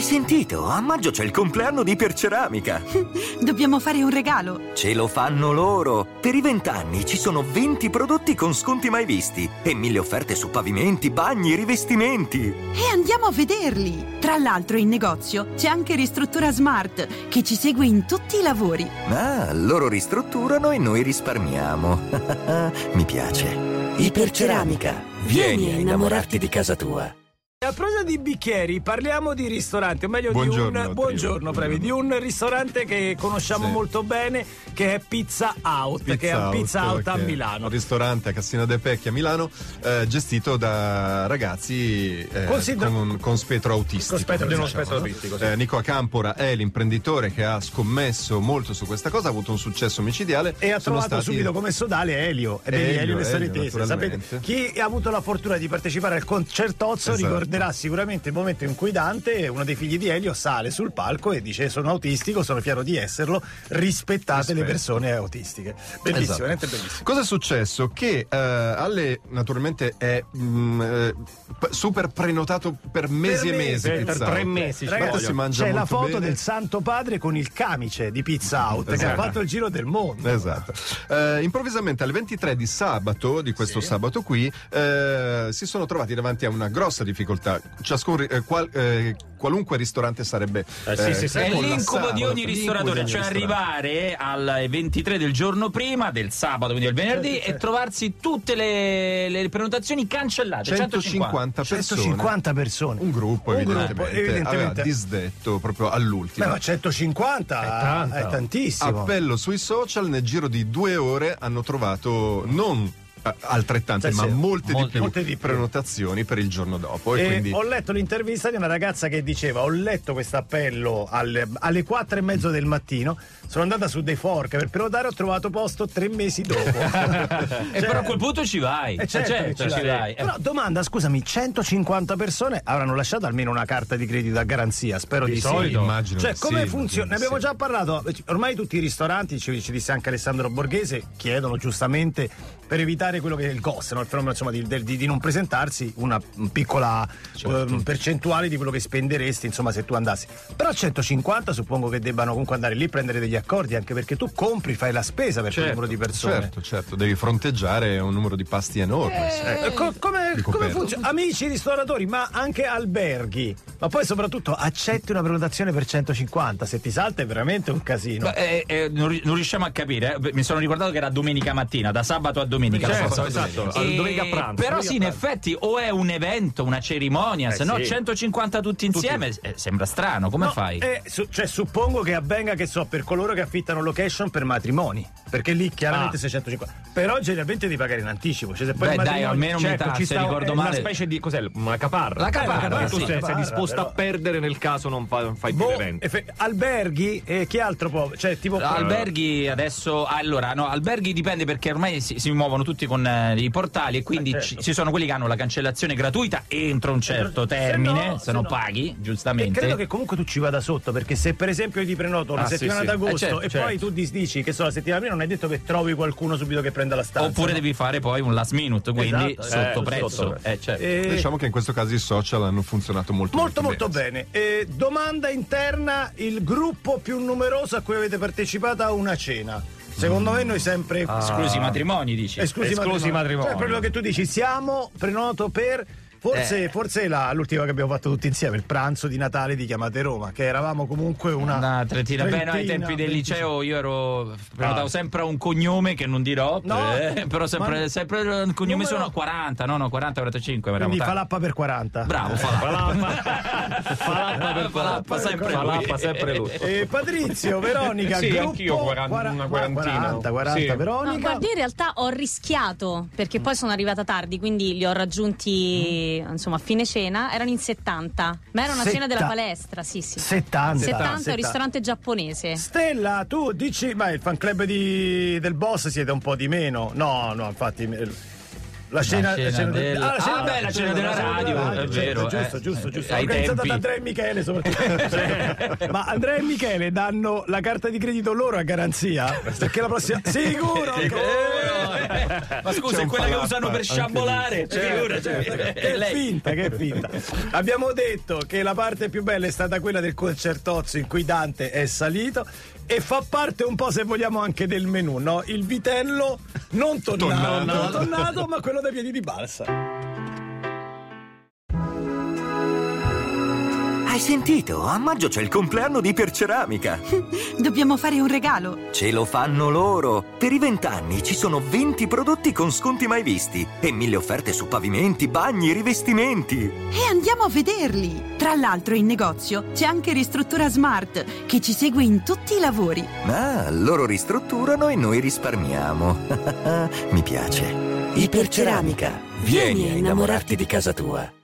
Hai sentito? A maggio c'è il compleanno di Iperceramica. Dobbiamo fare un regalo. Ce lo fanno loro. Per i 20 anni ci sono 20 prodotti con sconti mai visti e 1000 offerte su pavimenti, bagni, rivestimenti. E andiamo a vederli. Tra l'altro in negozio c'è anche Ristruttura Smart che ci segue in tutti i lavori. Ah, loro ristrutturano e noi risparmiamo. Mi piace. Iperceramica. Vieni a innamorarti di casa tua. A proposito di bicchieri, parliamo di ristorante, o meglio Buongiorno, di un ristorante che conosciamo molto bene, che è Pizza Out, che è a Pizza Out a Milano. Un ristorante a Cassina de Pecchi a Milano, gestito da ragazzi con spettro autistico. Nico Acampora è l'imprenditore che ha scommesso molto su questa cosa, ha avuto un successo micidiale e ha trovato subito come sodale Elio, ed è Elio le Saletese. Sapete, chi ha avuto la fortuna di partecipare al concertozzo ricorderà sicuramente il momento in cui Dante, uno dei figli di Elio, sale sul palco e dice: sono autistico, sono fiero di esserlo, rispettate le persone autistiche. Bellissimo, veramente bellissimo. Cosa è successo? Che naturalmente è super prenotato per mesi e mesi. Per 3 mesi. Ragazzi, si mangia c'è la molto foto bene. del Santo Padre con il camice di Pizza Out che ha fatto il giro del mondo. Esatto. Improvvisamente alle 23 di sabato, di questo sabato qui, si sono trovati davanti a una grossa difficoltà. Qualunque ristorante sarebbe è l'incubo di ogni ristoratore, cioè arrivare alle 23 del giorno prima del sabato, quindi del venerdì, e trovarsi tutte le prenotazioni cancellate. 150 persone. Un gruppo evidentemente aveva disdetto proprio all'ultimo. Ma 150 è tantissimo. Appello sui social, nel giro di 2 ore hanno trovato non altrettante, ma molte di più prenotazioni per il giorno dopo. E quindi ho letto l'intervista di una ragazza che diceva: ho letto questo appello alle 4:30 del mattino, sono andata su dei fork per prenotare, ho trovato posto 3 mesi dopo. Però a quel punto ci vai. Certo, ci vai. Però domanda, scusami, 150 persone avranno lasciato almeno una carta di credito a garanzia? Spero di solito, sì. immagino. Cioè, come sì, funziona? Ne abbiamo già parlato. Ormai tutti i ristoranti, ci disse anche Alessandro Borghese, chiedono giustamente, per evitare quello che è il GOS, no? Il fenomeno, insomma, di non presentarsi, una piccola percentuale di quello che spenderesti, insomma, se tu andassi. Però 150 suppongo che debbano comunque andare lì a prendere degli accordi, anche perché tu compri, fai la spesa per quel numero di persone. Certo, devi fronteggiare un numero di pasti enorme. Come funziona? Amici ristoratori, ma anche alberghi, ma poi soprattutto accetti una prenotazione per 150, se ti salta è veramente un casino. Non riusciamo a capire. Mi sono ricordato che era domenica mattina, da sabato a domenica. Esatto. Domenica pranzo. Però in effetti o è un evento, una cerimonia, se no 150 tutti insieme sembra strano. Come fai? Cioè, suppongo che avvenga, che so, per coloro che affittano location per matrimoni, perché lì chiaramente 650. Però generalmente devi pagare in anticipo. Cioè, se poi dai, almeno metà, se ricordo male. Una specie di cos'è? Una caparra. La caparra, tu sei disposto a perdere nel caso non fai più l'evento. Alberghi e chi altro può? Cioè, tipo alberghi adesso. Allora, no, alberghi dipende, perché ormai si muovono tutti con i portali, e quindi ci sono quelli che hanno la cancellazione gratuita entro un certo termine, se no paghi, giustamente. E credo che comunque tu ci vada sotto, perché se per esempio io ti prenoto una settimana d'agosto poi tu dici che so la settimana prima, non è detto che trovi qualcuno subito che prenda la stanza. Oppure devi fare poi un last minute, quindi sotto prezzo. Diciamo che in questo caso i social hanno funzionato molto bene. Domanda interna: il gruppo più numeroso a cui avete partecipato a una cena? Secondo me noi sempre esclusi matrimoni, dici? Esclusi matrimoni. Cioè, proprio che tu dici siamo prenoto per Forse l'ultima che abbiamo fatto tutti insieme, il pranzo di Natale di Chiamate Roma, che eravamo comunque una trentina. Beh, no, ai tempi del liceo io prenotavo sempre un cognome che non dirò, però sempre un cognome sono 40, 45. Quindi Falappa per 40. Bravo, Falappa sempre lui. Patrizio, Veronica, sì, gruppo, anch'io una quarantina. 40, sì. Veronica. No, guarda, in realtà ho rischiato, perché poi sono arrivata tardi, quindi li ho raggiunti insomma a fine cena. Erano in 70, ma era una cena della palestra. Sì. 70 un ristorante giapponese. Stella, tu dici, ma il fan club del boss siete un po' di meno. No, infatti la cena della radio, è vero. Giusto. Organizzata da Andrea e Michele soprattutto. Ma Andrea e Michele danno la carta di credito loro a garanzia? Perché la prossima... Sicuro! Ma scusa, è quella che usano per sciabolare. Che finta. Abbiamo detto che la parte più bella è stata quella del concertozzo in cui Dante è salito e fa parte un po', se vogliamo, anche del menù, no? Il vitello non tonnato, ma quello dai piedi di balsa. Hai sentito? A maggio c'è il compleanno di Iperceramica. Dobbiamo fare un regalo. Ce lo fanno loro. Per i 20 anni ci sono 20 prodotti con sconti mai visti e 1000 offerte su pavimenti, bagni, rivestimenti. E andiamo a vederli. Tra l'altro in negozio c'è anche Ristruttura Smart che ci segue in tutti i lavori. Ah, loro ristrutturano e noi risparmiamo. Mi piace. Iperceramica. Vieni a innamorarti di casa tua.